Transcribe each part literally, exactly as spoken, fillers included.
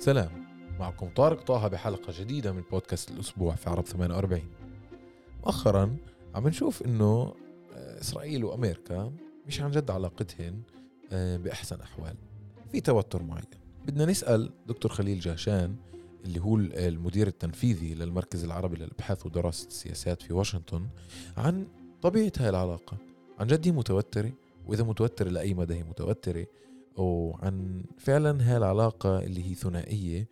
سلام، معكم طارق طه بحلقة جديدة من بودكاست الأسبوع في عرب ثمانية وأربعين. مؤخرا عم نشوف إنه إسرائيل وأمريكا مش عن جد علاقتهن بأحسن أحوال، في توتر معين. بدنا نسأل دكتور خليل جاشان اللي هو المدير التنفيذي للمركز العربي للأبحاث ودراسة السياسات في واشنطن عن طبيعة هاي العلاقة. عن جد هي متوترة؟ وإذا متوترة لأي مدى هي متوترة؟ وعن فعلا هاي العلاقة اللي هي ثنائية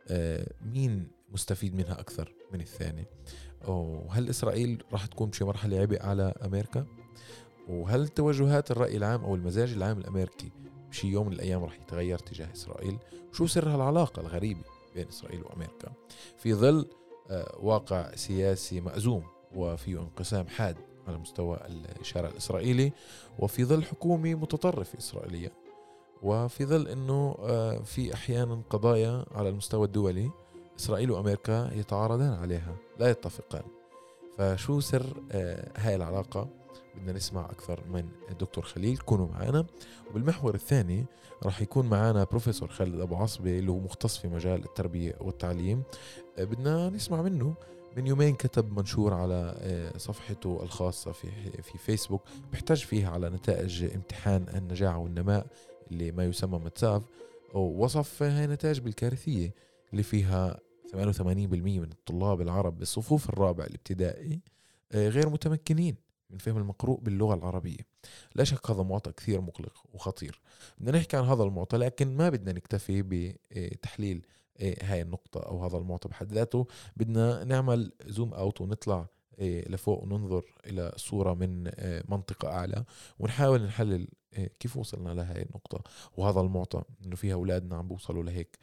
مين مستفيد منها أكثر من الثاني؟ وهل إسرائيل راح تكون بشي مرحلة عبء على أمريكا؟ وهل توجهات الرأي العام أو المزاج العام الأمريكي بشي يوم من الأيام راح يتغير تجاه إسرائيل؟ شو سر هالعلاقة الغريبة بين إسرائيل وأمريكا في ظل واقع سياسي مأزوم وفيه انقسام حاد على مستوى الشارع الإسرائيلي، وفي ظل حكومة متطرفة إسرائيلية، وفي ظل أنه في أحيانا قضايا على المستوى الدولي إسرائيل وأمريكا يتعارضان عليها لا يتفقان؟ فشو سر هاي العلاقة؟ بدنا نسمع أكثر من الدكتور خليل. كونوا معنا. وبالمحور الثاني راح يكون معنا بروفيسور خالد أبو عصبي اللي هو مختص في مجال التربية والتعليم. بدنا نسمع منه. من يومين كتب منشور على صفحته الخاصة في في فيسبوك بيحتاج فيها على نتائج امتحان النجاعة والنماء اللي ما يسمى متساف، ووصف هاي النتائج بالكارثية اللي فيها ثمانية وثمانين بالمئة من الطلاب العرب بالصفوف الرابع الابتدائي غير متمكنين من فهم المقروء باللغة العربية. لا شك هذا معطى كثير مقلق وخطير. بدنا نحكي عن هذا المعطى، لكن ما بدنا نكتفي بتحليل هاي النقطة أو هذا المعطى بحد ذاته. بدنا نعمل زوم أوت ونطلع لفوق وننظر إلى صورة من منطقة أعلى ونحاول نحلل كيف وصلنا لهذه النقطة وهذا المعطى، إنه فيها أولادنا عم بوصلوا لهيك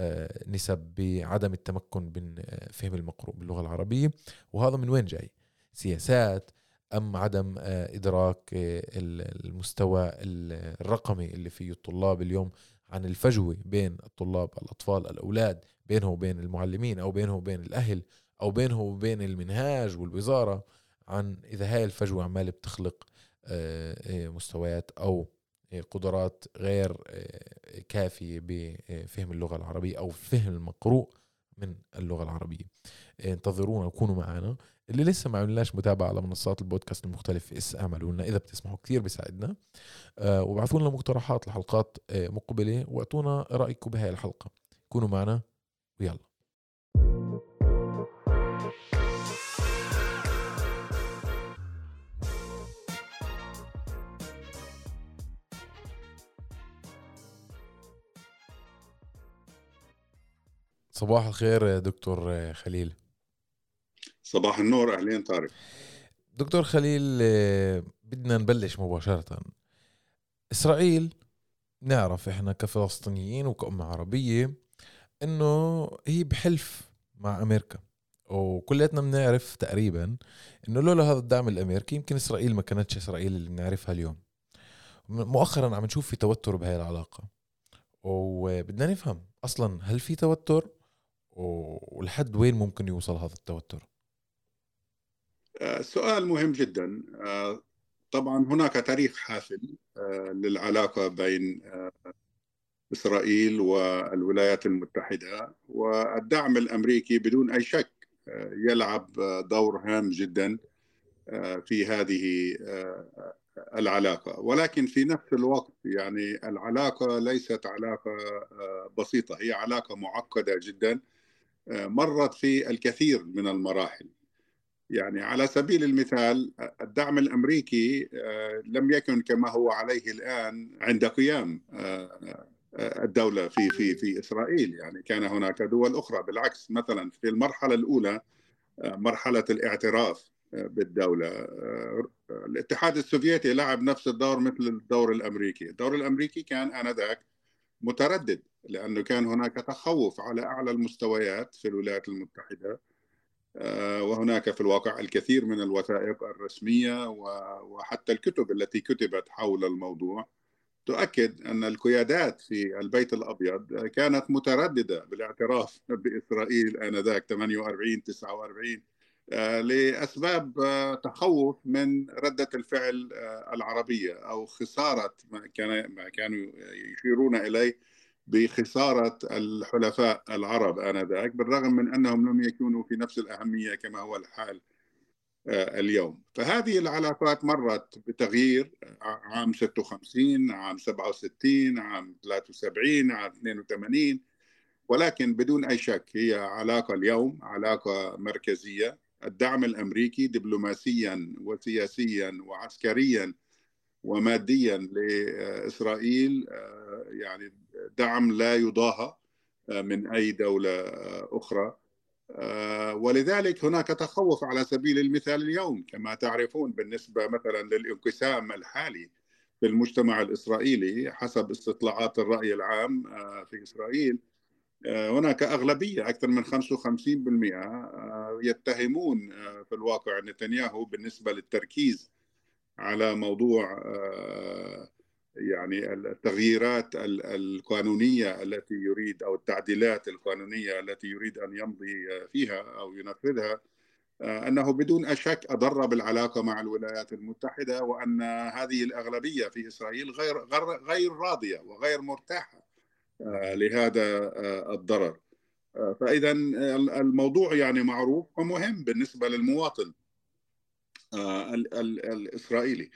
نسب بعدم التمكن من فهم المقروء باللغة العربية. وهذا من وين جاي؟ سياسات أم عدم إدراك المستوى الرقمي اللي فيه الطلاب اليوم عن الفجوة بين الطلاب الأطفال الأولاد بينه وبين المعلمين أو بينه وبين الأهل أو بينه وبين المنهاج والوزارة، عن إذا هاي الفجوة عمالة بتخلق مستويات أو قدرات غير كافية بفهم اللغة العربية أو فهم المقروء من اللغة العربية. انتظرونا وكونوا معنا. اللي لسه ما عملناش متابعة على منصات البودكاست المختلفة اعملوا لنا إذا بتسمحوا، كثير بيساعدنا. أه وبعثوا لنا مقترحات لحلقات أه مقبلة واعطونا رأيكم بهاي الحلقة. كونوا معنا ويلا. صباح الخير دكتور خليل. صباح النور، أهلين طارق. دكتور خليل، بدنا نبلش مباشرة. إسرائيل نعرف إحنا كفلسطينيين وكأمة عربية إنه هي بحلف مع أمريكا، وكلنا بنعرف تقريبا إنه لولا هذا الدعم الأمريكي يمكن إسرائيل ما كانتش إسرائيل اللي بنعرفها اليوم. مؤخرا عم نشوف في توتر بهاي العلاقة، وبدنا نفهم أصلا هل في توتر ولحد وين ممكن يوصل هذا التوتر؟ سؤال مهم جدا. طبعا هناك تاريخ حافل للعلاقة بين إسرائيل والولايات المتحدة، والدعم الأمريكي بدون أي شك يلعب دور هام جدا في هذه العلاقة. ولكن في نفس الوقت يعني العلاقة ليست علاقة بسيطة، هي علاقة معقدة جدا مرت في الكثير من المراحل. يعني على سبيل المثال الدعم الأمريكي لم يكن كما هو عليه الآن عند قيام الدولة في في في إسرائيل. يعني كان هناك دول أخرى بالعكس، مثلا في المرحلة الأولى مرحلة الاعتراف بالدولة الاتحاد السوفيتي لعب نفس الدور مثل الدور الأمريكي. الدور الأمريكي كان آنذاك متردد لأنه كان هناك تخوف على أعلى المستويات في الولايات المتحدة، وهناك في الواقع الكثير من الوثائق الرسمية وحتى الكتب التي كتبت حول الموضوع تؤكد أن القيادات في البيت الأبيض كانت مترددة بالاعتراف بإسرائيل آنذاك ثمانية وأربعين تسعة وأربعين لأسباب تخوف من ردة الفعل العربية أو خسارة ما كان ما كانوا يشيرون إليه بخسارة الحلفاء العرب آنذاك، بالرغم من أنهم لم يكونوا في نفس الأهمية كما هو الحال اليوم. فهذه العلاقات مرت بتغيير، عام ستة وخمسين، عام سبعة وستين، عام ثلاثة وسبعين، عام اثنين وثمانين، ولكن بدون أي شك هي علاقة اليوم علاقة مركزية. الدعم الأمريكي دبلوماسيا وسياسيا وعسكريا وماديا لإسرائيل يعني دعم لا يضاهى من أي دولة أخرى، ولذلك هناك تخوف على سبيل المثال اليوم كما تعرفون بالنسبة مثلا للانقسام الحالي في المجتمع الإسرائيلي. حسب استطلاعات الرأي العام في إسرائيل هناك أغلبية أكثر من خمسة وخمسين بالمئة يتهمون في الواقع نتنياهو بالنسبة للتركيز على موضوع يعني التغييرات القانونية التي يريد أو التعديلات القانونية التي يريد أن يمضي فيها أو ينفذها، أنه بدون شك أضر بالعلاقة مع الولايات المتحدة، وأن هذه الأغلبية في إسرائيل غير غير راضية وغير مرتاحة لهذا الضرر. فإذا الموضوع يعني معروف ومهم بالنسبة للمواطن الإسرائيلي.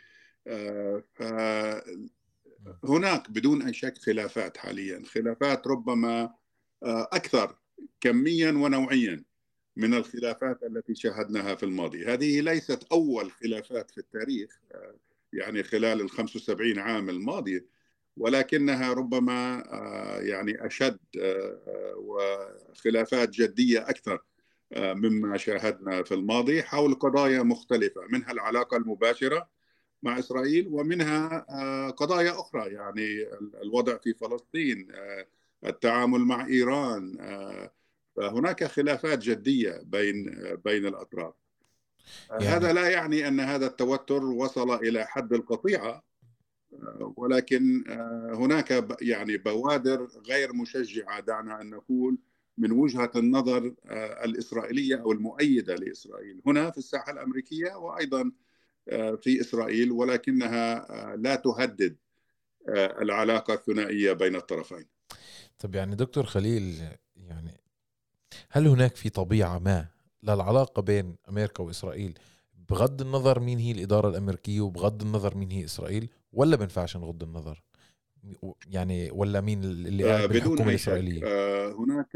فهناك بدون أي شك خلافات حاليا، خلافات ربما أكثر كميا ونوعيا من الخلافات التي شاهدناها في الماضي. هذه ليست أول خلافات في التاريخ يعني خلال ال خمسة وسبعين عام الماضية، ولكنها ربما يعني أشد وخلافات جدية أكثر مما شاهدنا في الماضي حول قضايا مختلفة، منها العلاقة المباشرة مع إسرائيل ومنها قضايا أخرى يعني الوضع في فلسطين، التعامل مع إيران. فهناك خلافات جدية بين بين الأطراف. يعني هذا لا يعني أن هذا التوتر وصل إلى حد القطيعة، ولكن هناك يعني بوادر غير مشجعة دعنا أن نقول من وجهة النظر الإسرائيلية أو المؤيدة لإسرائيل هنا في الساحة الأمريكية وأيضا في إسرائيل، ولكنها لا تهدد العلاقة الثنائية بين الطرفين. طب يعني دكتور خليل، يعني هل هناك في طبيعة ما للعلاقة بين أمريكا وإسرائيل بغض النظر مين هي الإدارة الأمريكية وبغض النظر مين هي إسرائيل، ولا بنفعش نغض النظر يعني، ولا مين اللي قاعد بالحكومة الإسرائيلية؟ هناك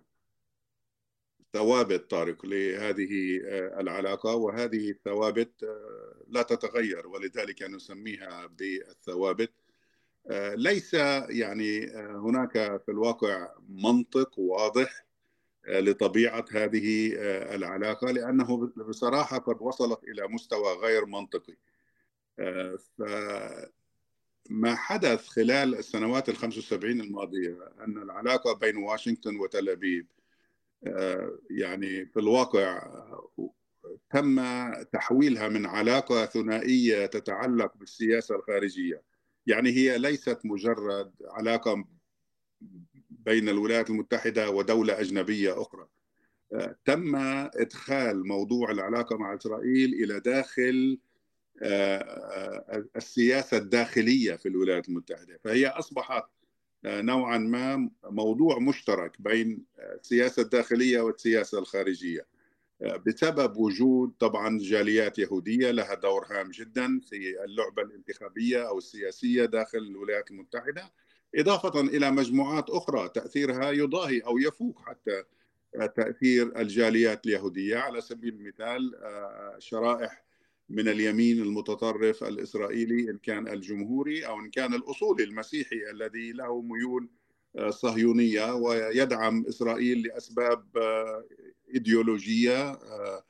ثوابت طارق لهذه العلاقة، وهذه الثوابت لا تتغير، ولذلك نسميها بالثوابت. ليس يعني هناك في الواقع منطق واضح لطبيعة هذه العلاقة، لأنه بصراحة قد وصلت إلى مستوى غير منطقي. فما حدث خلال السنوات الخمس وسبعين الماضية أن العلاقة بين واشنطن وتل أبيب يعني في الواقع تم تحويلها من علاقة ثنائية تتعلق بالسياسة الخارجية، يعني هي ليست مجرد علاقة بين الولايات المتحدة ودولة أجنبية أخرى. تم إدخال موضوع العلاقة مع إسرائيل إلى داخل السياسة الداخلية في الولايات المتحدة، فهي أصبحت نوعا ما موضوع مشترك بين السياسة الداخلية والسياسة الخارجية، بسبب وجود طبعا جاليات يهودية لها دور هام جدا في اللعبة الانتخابية أو السياسية داخل الولايات المتحدة، إضافة إلى مجموعات أخرى تأثيرها يضاهي أو يفوق حتى تأثير الجاليات اليهودية. على سبيل المثال شرائح من اليمين المتطرف الإسرائيلي، إن كان الجمهوري أو إن كان الأصولي المسيحي الذي له ميول صهيونية ويدعم إسرائيل لأسباب إيديولوجية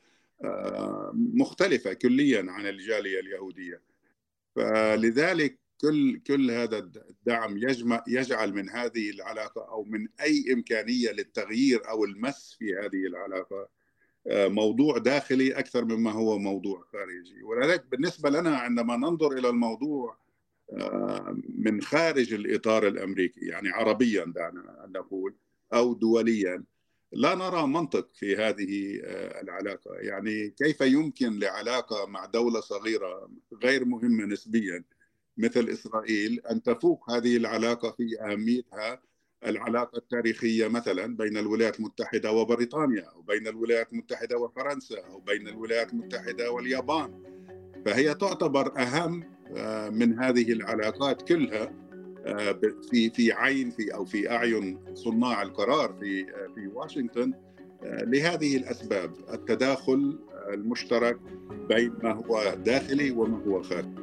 مختلفة كليا عن الجالية اليهودية. فلذلك كل كل هذا الدعم يجمع يجعل من هذه العلاقة أو من أي إمكانية للتغيير أو المس في هذه العلاقة موضوع داخلي أكثر مما هو موضوع خارجي. ولذلك بالنسبة لنا عندما ننظر إلى الموضوع من خارج الإطار الأمريكي، يعني عربيا دعنا أن نقول أو دوليا، لا نرى منطق في هذه العلاقة. يعني كيف يمكن لعلاقة مع دولة صغيرة غير مهمة نسبيا مثل إسرائيل أن تفوق هذه العلاقة في أهميتها العلاقة التاريخية مثلا بين الولايات المتحدة وبريطانيا، أو بين الولايات المتحدة وفرنسا، أو بين الولايات المتحدة واليابان. فهي تعتبر أهم من هذه العلاقات كلها في في عين في أو في أعين صناع القرار في في واشنطن، لهذه الأسباب: التداخل المشترك بين ما هو داخلي وما هو خارجي.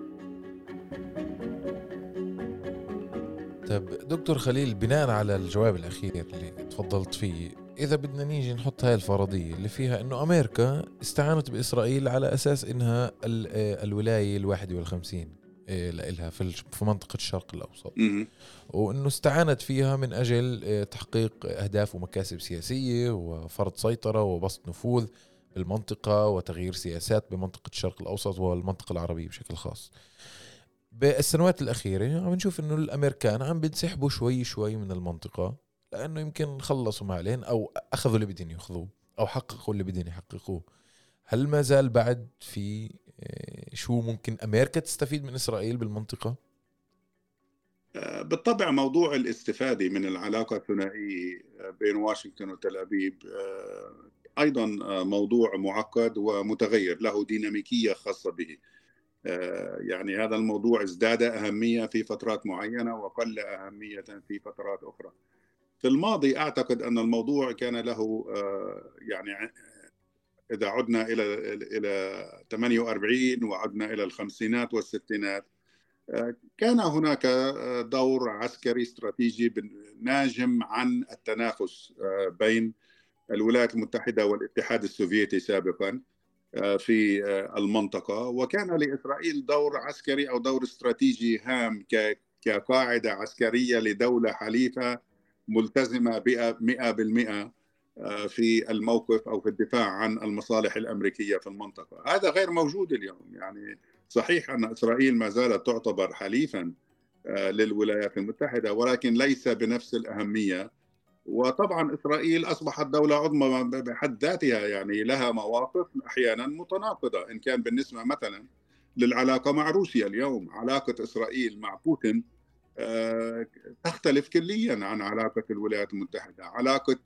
طب دكتور خليل، بناء على الجواب الأخير اللي تفضلت فيه، إذا بدنا نيجي نحط هاي الفرضية اللي فيها إنه أمريكا استعانت بإسرائيل على أساس إنها الولاية الواحدة والخمسين لإلها في منطقة الشرق الأوسط، وإنه استعانت فيها من أجل تحقيق أهداف ومكاسب سياسية وفرض سيطرة وبسط نفوذ بالمنطقة وتغيير سياسات بمنطقة الشرق الأوسط والمنطقة العربية بشكل خاص. بالسنوات الأخيرة عم نشوف إنه الأمريكان عم بينسحبوا شوي شوي من المنطقة، لأنه يمكن خلصوا ما عليهم أو أخذوا اللي بدهم يأخذوه أو حققوا اللي بدهم يحققوه. هل ما زال بعد في شو ممكن أمريكا تستفيد من إسرائيل بالمنطقة؟ بالطبع موضوع الاستفادة من العلاقة الثنائية بين واشنطن وتل أبيب أيضا موضوع معقد ومتغير، له ديناميكية خاصة به. يعني هذا الموضوع ازداد أهمية في فترات معينة وقل أهمية في فترات أخرى. في الماضي أعتقد أن الموضوع كان له يعني إذا عدنا إلى إلى ثمانية وأربعين وعدنا إلى الخمسينات والستينات، كان هناك دور عسكري استراتيجي ناجم عن التنافس بين الولايات المتحدة والاتحاد السوفيتي سابقا في المنطقة، وكان لإسرائيل دور عسكري أو دور استراتيجي هام كقاعدة عسكرية لدولة حليفة ملتزمة مئة بالمئة في الموقف أو في الدفاع عن المصالح الأمريكية في المنطقة. هذا غير موجود اليوم. يعني صحيح أن إسرائيل ما زالت تعتبر حليفا للولايات المتحدة، ولكن ليس بنفس الأهمية. وطبعا إسرائيل أصبحت دولة عظمى بحد ذاتها، يعني لها مواقف أحيانا متناقضة. إن كان بالنسبة مثلا للعلاقة مع روسيا اليوم، علاقة إسرائيل مع بوتين تختلف كليا عن علاقة الولايات المتحدة. علاقة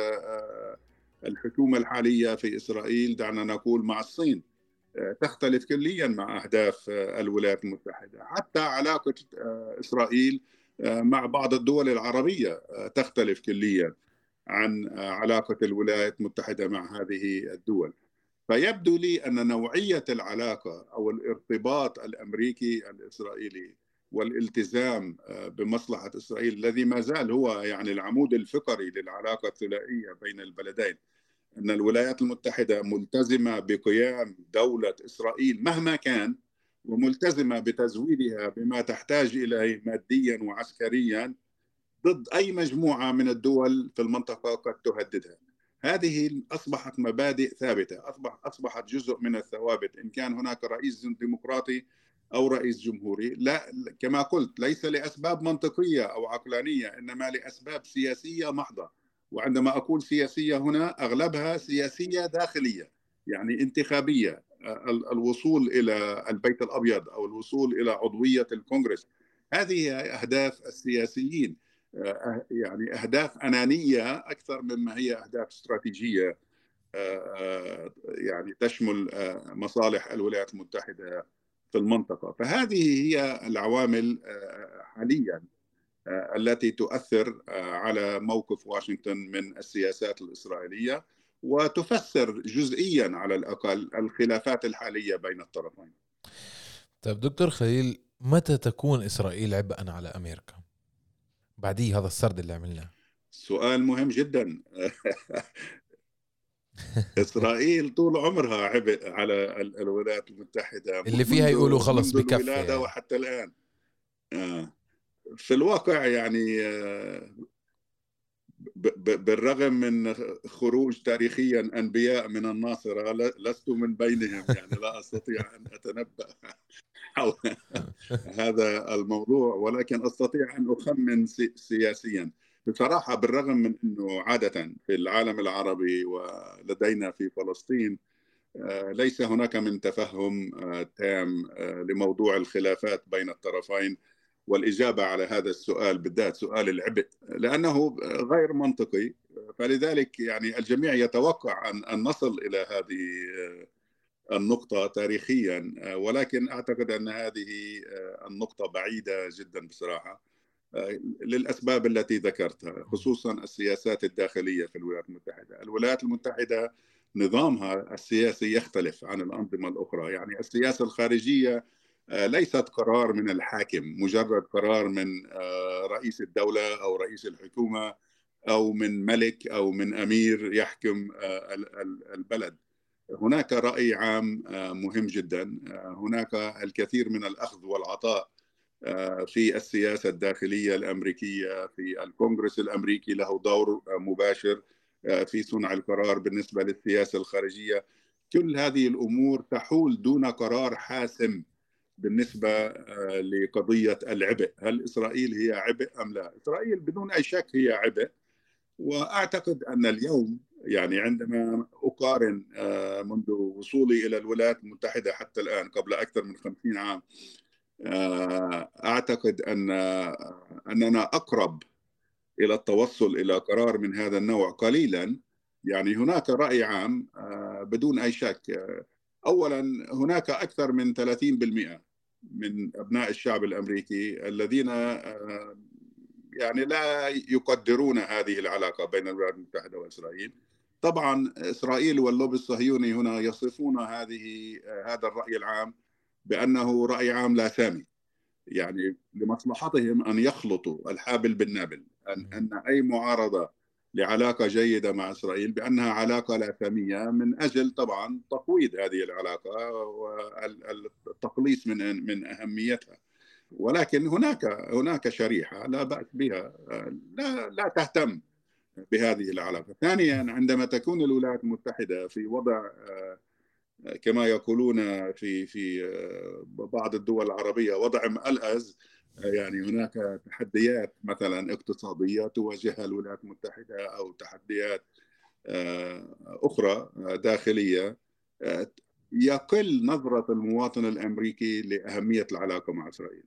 الحكومة الحالية في إسرائيل دعنا نقول مع الصين تختلف كليا مع أهداف الولايات المتحدة. حتى علاقة إسرائيل مع بعض الدول العربية تختلف كليا عن علاقة الولايات المتحدة مع هذه الدول. فيبدو لي أن نوعية العلاقة أو الارتباط الأمريكي الإسرائيلي والالتزام بمصلحة إسرائيل الذي ما زال هو يعني العمود الفقري للعلاقة الثنائية بين البلدين، أن الولايات المتحدة ملتزمة بقيام دولة إسرائيل مهما كان، وملتزمة بتزويدها بما تحتاج إليه ماديا وعسكريا ضد أي مجموعة من الدول في المنطقة قد تهددها. هذه أصبحت مبادئ ثابتة، أصبح أصبحت جزء من الثوابت، إن كان هناك رئيس ديمقراطي أو رئيس جمهوري. لا، كما قلت، ليس لأسباب منطقية أو عقلانية، إنما لأسباب سياسية محضة. وعندما أقول سياسية هنا أغلبها سياسية داخلية، يعني انتخابية، الوصول إلى البيت الأبيض أو الوصول إلى عضوية الكونغرس. هذه أهداف السياسيين، يعني أهداف أنانية أكثر مما هي أهداف استراتيجية يعني تشمل مصالح الولايات المتحدة في المنطقة. فهذه هي العوامل حاليا التي تؤثر على موقف واشنطن من السياسات الإسرائيلية، وتفسر جزئيا على الأقل الخلافات الحالية بين الطرفين. طيب دكتور خليل، متى تكون إسرائيل عبئا على أمريكا بعديه هذا السرد اللي عملناه؟ سؤال مهم جدا. إسرائيل طول عمرها عبء على الولايات المتحدة، اللي فيها يقولوا خلص منذ بكفي الولادة يعني. وحتى الآن. في الواقع يعني بالرغم من خروج تاريخيا أنبياء من الناصرة، لست من بينهم، يعني لا أستطيع أن أتنبأ حول هذا الموضوع، ولكن أستطيع أن أخمن سياسيا. بصراحة بالرغم من أنه عادة في العالم العربي ولدينا في فلسطين ليس هناك من تفهم تام لموضوع الخلافات بين الطرفين والإجابة على هذا السؤال بالذات سؤال العبء لأنه غير منطقي. فلذلك يعني الجميع يتوقع أن أن نصل إلى هذه النقطة تاريخيا، ولكن أعتقد أن هذه النقطة بعيدة جدا بصراحة للأسباب التي ذكرتها، خصوصا السياسات الداخلية في الولايات المتحدة. الولايات المتحدة نظامها السياسي يختلف عن الأنظمة الأخرى. يعني السياسة الخارجية ليست قرار من الحاكم، مجرد قرار من رئيس الدولة أو رئيس الحكومة أو من ملك أو من أمير يحكم البلد. هناك رأي عام مهم جدا، هناك الكثير من الأخذ والعطاء في السياسة الداخلية الأمريكية. في الكونغرس الأمريكي له دور مباشر في صنع القرار بالنسبة للسياسة الخارجية. كل هذه الأمور تحول دون قرار حاسم بالنسبة لقضية العبء. هل إسرائيل هي عبء أم لا؟ إسرائيل بدون أي شك هي عبء. وأعتقد أن اليوم يعني عندما أقارن منذ وصولي إلى الولايات المتحدة حتى الآن قبل أكثر من خمسين عام، أعتقد أن أننا أقرب إلى التوصل إلى قرار من هذا النوع قليلا. يعني هناك رأي عام بدون أي شك. أولا هناك أكثر من ثلاثين بالمئة من أبناء الشعب الأمريكي الذين يعني لا يقدرون هذه العلاقة بين الولايات المتحدة وإسرائيل. طبعا إسرائيل واللوبي الصهيوني هنا يصفون هذه هذا الرأي العام بأنه رأي عام لا سامي، يعني لمصلحتهم أن يخلطوا الحابل بالنابل، أن, أن أي معارضة لعلاقة جيدة مع إسرائيل بأنها علاقة لا سامية، من أجل طبعا تقويض هذه العلاقة والتقليص من من أهميتها. ولكن هناك هناك شريحة لا بأس بها لا لا تهتم بهذه العلاقة. ثانيا عندما تكون الولايات المتحدة في وضع كما يقولون في في بعض الدول العربية وضع مألأز، يعني هناك تحديات مثلا اقتصادية تواجهها الولايات المتحدة أو تحديات أخرى داخلية، يقل نظرة المواطن الأمريكي لأهمية العلاقة مع إسرائيل.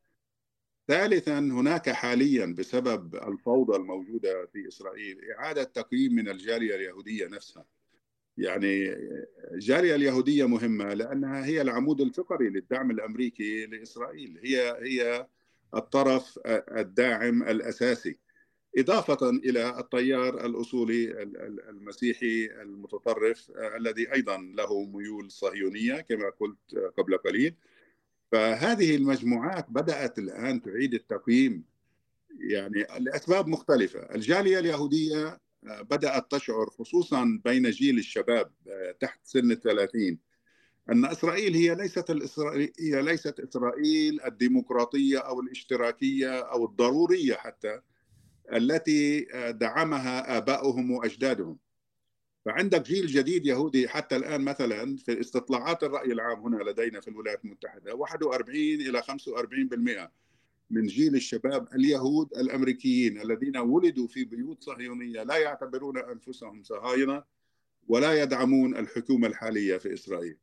ثالثا هناك حاليا بسبب الفوضى الموجودة في إسرائيل إعادة تقييم من الجالية اليهودية نفسها. يعني الجالية اليهودية مهمة لأنها هي العمود الفقري للدعم الأمريكي لإسرائيل، هي هي الطرف الداعم الأساسي، إضافة إلى التيار الأصولي المسيحي المتطرف الذي أيضا له ميول صهيونية كما قلت قبل قليل. فهذه المجموعات بدأت الآن تعيد التقييم يعني لأسباب مختلفة. الجالية اليهودية بدأت تشعر خصوصا بين جيل الشباب تحت سن الثلاثين أن إسرائيل هي ليست الإسرائيل هي ليست إسرائيل الديمقراطية أو الاشتراكية أو الضرورية حتى التي دعمها آباؤهم وأجدادهم. فعندك جيل جديد يهودي حتى الآن مثلا في استطلاعات الرأي العام هنا لدينا في الولايات المتحدة واحد وأربعين إلى خمسة وأربعين بالمئة من جيل الشباب اليهود الأمريكيين الذين ولدوا في بيوت صهيونية لا يعتبرون أنفسهم صهاينة ولا يدعمون الحكومة الحالية في إسرائيل.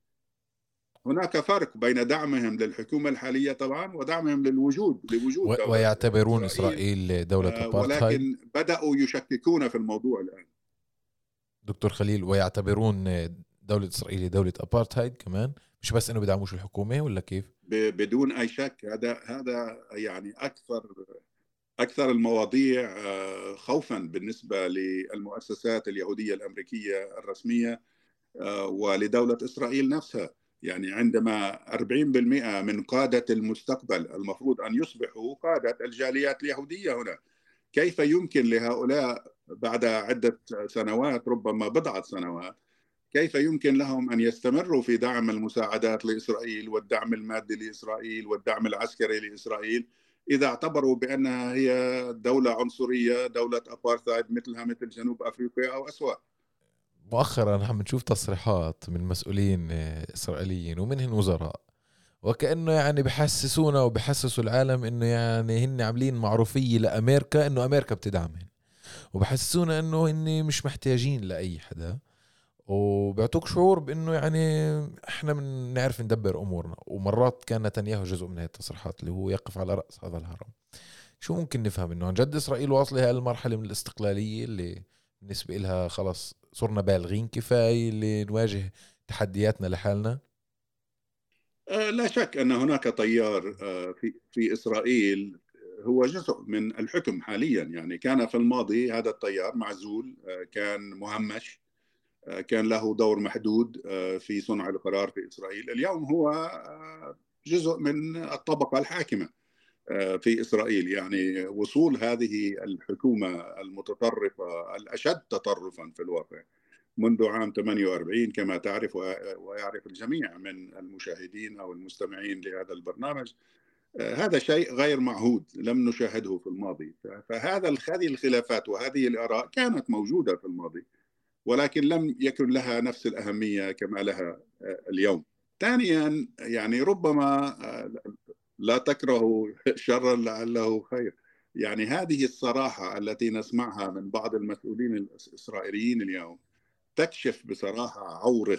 هناك فرق بين دعمهم للحكومة الحالية طبعا ودعمهم للوجود لوجود دولة ويعتبرون إسرائيل, إسرائيل دولة أبارتهايد، ولكن بدأوا يشككون في الموضوع الآن دكتور خليل، ويعتبرون دولة إسرائيل دولة أبارتهايد كمان، مش بس إنه بدعموش الحكومة ولا كيف؟ بدون أي شك. هذا هذا يعني أكثر أكثر المواضيع خوفا بالنسبة للمؤسسات اليهودية الأمريكية الرسمية ولدولة إسرائيل نفسها. يعني عندما أربعين بالمئة من قادة المستقبل المفروض أن يصبحوا قادة الجاليات اليهودية هنا، كيف يمكن لهؤلاء بعد عدة سنوات ربما بضعة سنوات كيف يمكن لهم أن يستمروا في دعم المساعدات لإسرائيل والدعم المادي لإسرائيل والدعم العسكري لإسرائيل إذا اعتبروا بأنها هي دولة عنصرية، دولة أبارتهايد مثلها مثل جنوب أفريقيا أو أسوأ؟ مؤخرا عم نشوف تصريحات من مسؤولين إسرائيليين ومنهم وزراء وكأنه يعني بحسسونا وبحسسوا العالم إنه يعني هن عاملين معروفية لأمريكا، إنه أمريكا بتدعمهم، وبحسسونا إنه هن مش محتاجين لأي حدا، وبيعطوك شعور بأنه يعني إحنا بنعرف ندبر أمورنا. ومرات كان نتنياهو جزء من هذه التصريحات اللي هو يقف على رأس هذا الهرم. شو ممكن نفهم؟ إنه عن جد إسرائيل واصلة هالمرحلة من الاستقلالية اللي بالنسبة إلها خلاص صرنا بالغين كفاية اللي نواجه تحدياتنا لحالنا؟ لا شك أن هناك تيار في في إسرائيل هو جزء من الحكم حاليا. يعني كان في الماضي هذا التيار معزول، كان مهمش، كان له دور محدود في صنع القرار في إسرائيل. اليوم هو جزء من الطبقة الحاكمة في إسرائيل. يعني وصول هذه الحكومة المتطرفة الأشد تطرفا في الواقع منذ عام ثمانية وأربعين كما تعرف ويعرف الجميع من المشاهدين أو المستمعين لهذا البرنامج، هذا شيء غير معهود لم نشاهده في الماضي. فهذا هذه الخلافات وهذه الآراء كانت موجودة في الماضي، ولكن لم يكن لها نفس الأهمية كما لها اليوم. ثانيا، يعني ربما لا تكرهوا شرا لعله خير. يعني هذه الصراحة التي نسمعها من بعض المسؤولين الإسرائيليين اليوم تكشف بصراحة عورة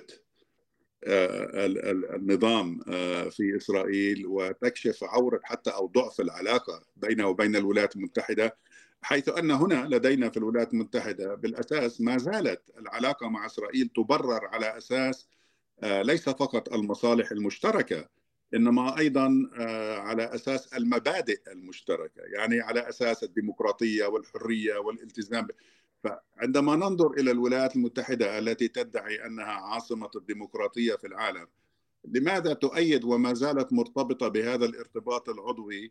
النظام في إسرائيل، وتكشف عورة حتى أو ضعف العلاقة بينه وبين الولايات المتحدة، حيث أن هنا لدينا في الولايات المتحدة بالأساس ما زالت العلاقة مع إسرائيل تبرر على أساس ليس فقط المصالح المشتركة، إنما أيضا على أساس المبادئ المشتركة، يعني على أساس الديمقراطية والحرية والالتزام. فعندما ننظر إلى الولايات المتحدة التي تدعي أنها عاصمة الديمقراطية في العالم، لماذا تؤيد وما زالت مرتبطة بهذا الارتباط العضوي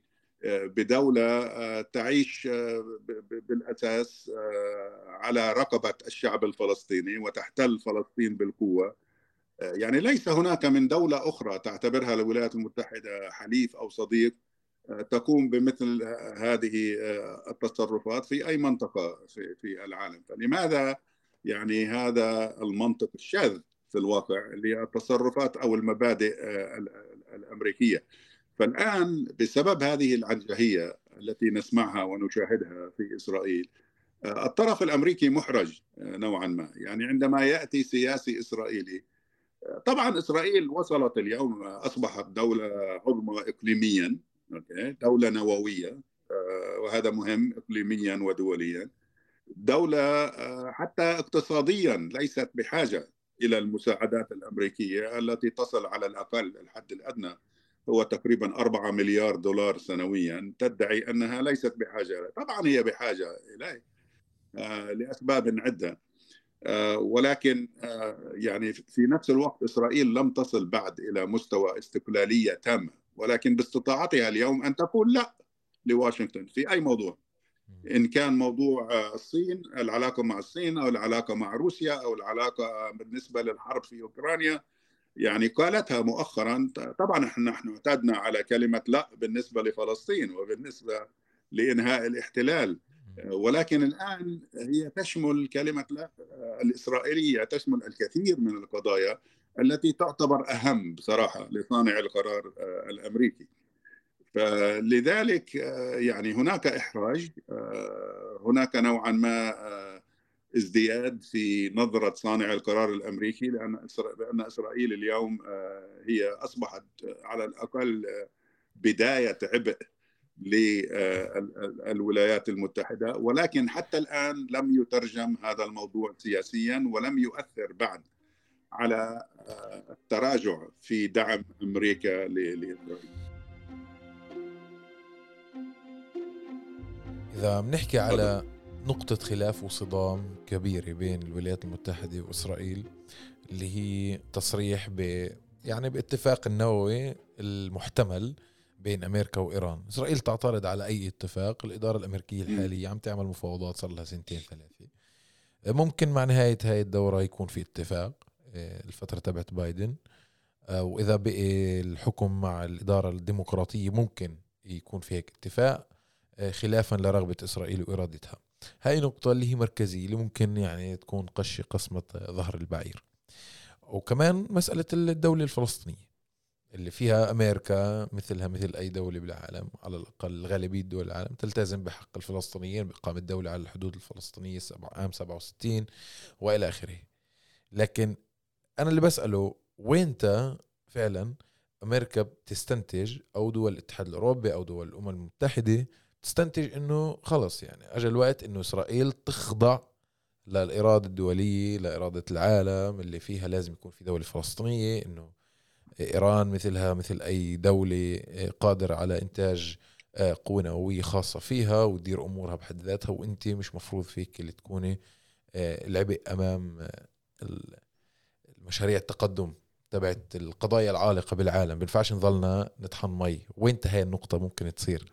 بدولة تعيش بالأساس على رقبة الشعب الفلسطيني وتحتل فلسطين بالقوة؟ يعني ليس هناك من دولة أخرى تعتبرها الولايات المتحدة حليف أو صديق تقوم بمثل هذه التصرفات في أي منطقة في في العالم. فلماذا يعني هذا المنطق الشاذ في الواقع للتصرفات أو المبادئ الأمريكية؟ فالآن بسبب هذه العنجهية التي نسمعها ونشاهدها في إسرائيل، الطرف الأمريكي محرج نوعا ما. يعني عندما يأتي سياسي إسرائيلي، طبعا إسرائيل وصلت اليوم أصبحت دولة عظمى إقليميا، دولة نووية، وهذا مهم إقليميا ودوليا، دولة حتى اقتصاديا ليست بحاجة إلى المساعدات الأمريكية التي تصل على الأقل الحد الأدنى هو تقريبا أربعة مليار دولار سنويا، تدعي أنها ليست بحاجة. طبعا هي بحاجة إليه لأسباب عدة، ولكن يعني في نفس الوقت إسرائيل لم تصل بعد إلى مستوى استقلالية تامة، ولكن باستطاعتها اليوم أن تقول لا لواشنطن في أي موضوع، إن كان موضوع الصين، العلاقة مع الصين، أو العلاقة مع روسيا، أو العلاقة بالنسبة للحرب في أوكرانيا. يعني قالتها مؤخرا. طبعا نحن اعتدنا على كلمة لا بالنسبة لفلسطين وبالنسبة لإنهاء الاحتلال، ولكن الآن هي تشمل كلمة لا الإسرائيلية تشمل الكثير من القضايا التي تعتبر أهم بصراحة لصانع القرار الأمريكي. فلذلك يعني هناك إحراج، هناك نوعا ما ازدياد في نظرة صانع القرار الأمريكي، لأن لأن إسرائيل اليوم هي أصبحت على الأقل بداية عبء للولايات المتحدة، ولكن حتى الآن لم يترجم هذا الموضوع سياسيا ولم يؤثر بعد على التراجع في دعم أمريكا لإسرائيل. إذا بنحكي على نقطة خلاف وصدام كبيرة بين الولايات المتحدة وإسرائيل اللي هي تصريح ب يعني باتفاق النووي المحتمل بين أمريكا وإيران. إسرائيل تعترض على أي اتفاق. الإدارة الأمريكية الحالية عم تعمل مفاوضات صار لها سنتين ثلاثة، ممكن مع نهاية هاي الدورة يكون في اتفاق الفترة تبعت بايدن، وإذا بقي الحكم مع الإدارة الديمقراطية ممكن يكون في هيك اتفاق خلافا لرغبة إسرائيل وإرادتها. هاي نقطة اللي هي مركزية اللي ممكن يعني تكون قش قسمة ظهر البعير. وكمان مسألة الدولة الفلسطينية اللي فيها أمريكا مثلها مثل أي دولة بالعالم، على الأقل غالبية دول العالم تلتزم بحق الفلسطينيين بإقامة الدولة على الحدود الفلسطينية عام سبعة وستين وإلى آخره. لكن أنا اللي بسأله وينتا فعلا أمريكا بتستنتج أو دول الاتحاد الأوروبي أو دول الأمم المتحدة تستنتج إنه خلص يعني أجل الوقت إنه إسرائيل تخضع للإرادة الدولية، لإرادة العالم اللي فيها لازم يكون في دولة فلسطينية، إنه إيران مثلها مثل أي دولة قادرة على إنتاج قوة نووية خاصة فيها وتدير أمورها بحد ذاتها، وإنتي مش مفروض فيك اللي تكوني العبء أمام المشاريع التقدم تبعت القضايا العالقة بالعالم. بنفعش نظلنا نطحن مي. وين هاي النقطة ممكن تصير؟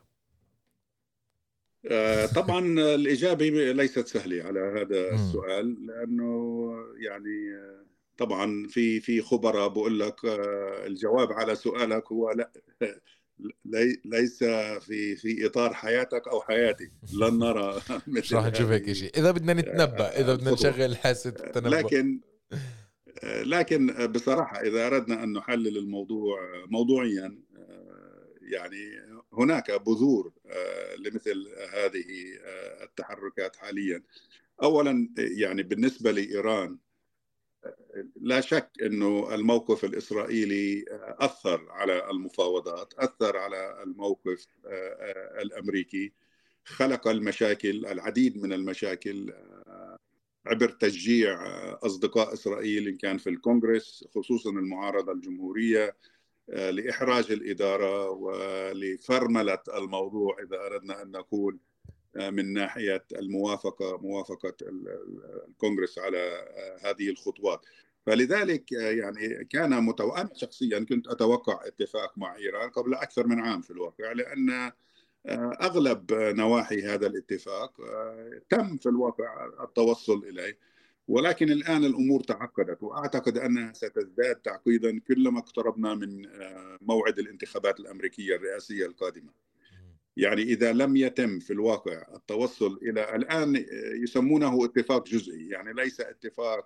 طبعا الإجابة ليست سهلة على هذا السؤال، لأنه يعني طبعا في في خبراء بقول لك الجواب على سؤالك هو لا، ليس في في إطار حياتك أو حياتي، لن نرى مش راح نشوف هيك شيء إذا بدنا نتنبأ، إذا بدنا نشغل حاسة التنبؤ. لكن لكن بصراحة إذا أردنا أن نحلل الموضوع موضوعيا، يعني هناك بذور لمثل هذه التحركات حاليا. أولا يعني بالنسبة لإيران لا شك أنه الموقف الإسرائيلي أثر على المفاوضات، أثر على الموقف الأمريكي، خلق المشاكل، العديد من المشاكل عبر تشجيع أصدقاء إسرائيل إن كان في الكونغرس، خصوصا المعارضة الجمهورية، لإحراج الإدارة ولفرملة الموضوع إذا أردنا أن نقول من ناحية الموافقة، موافقة الكونغرس على هذه الخطوات. فلذلك يعني كان متوقع، أنا شخصيا كنت أتوقع اتفاق مع إيران قبل أكثر من عام في الواقع، لأن أغلب نواحي هذا الاتفاق تم في الواقع التوصل إليه، ولكن الآن الأمور تعقدت، وأعتقد أنها ستزداد تعقيدا كلما اقتربنا من موعد الانتخابات الأمريكية الرئاسية القادمة. يعني إذا لم يتم في الواقع التوصل إلى، الآن يسمونه اتفاق جزئي، يعني ليس اتفاق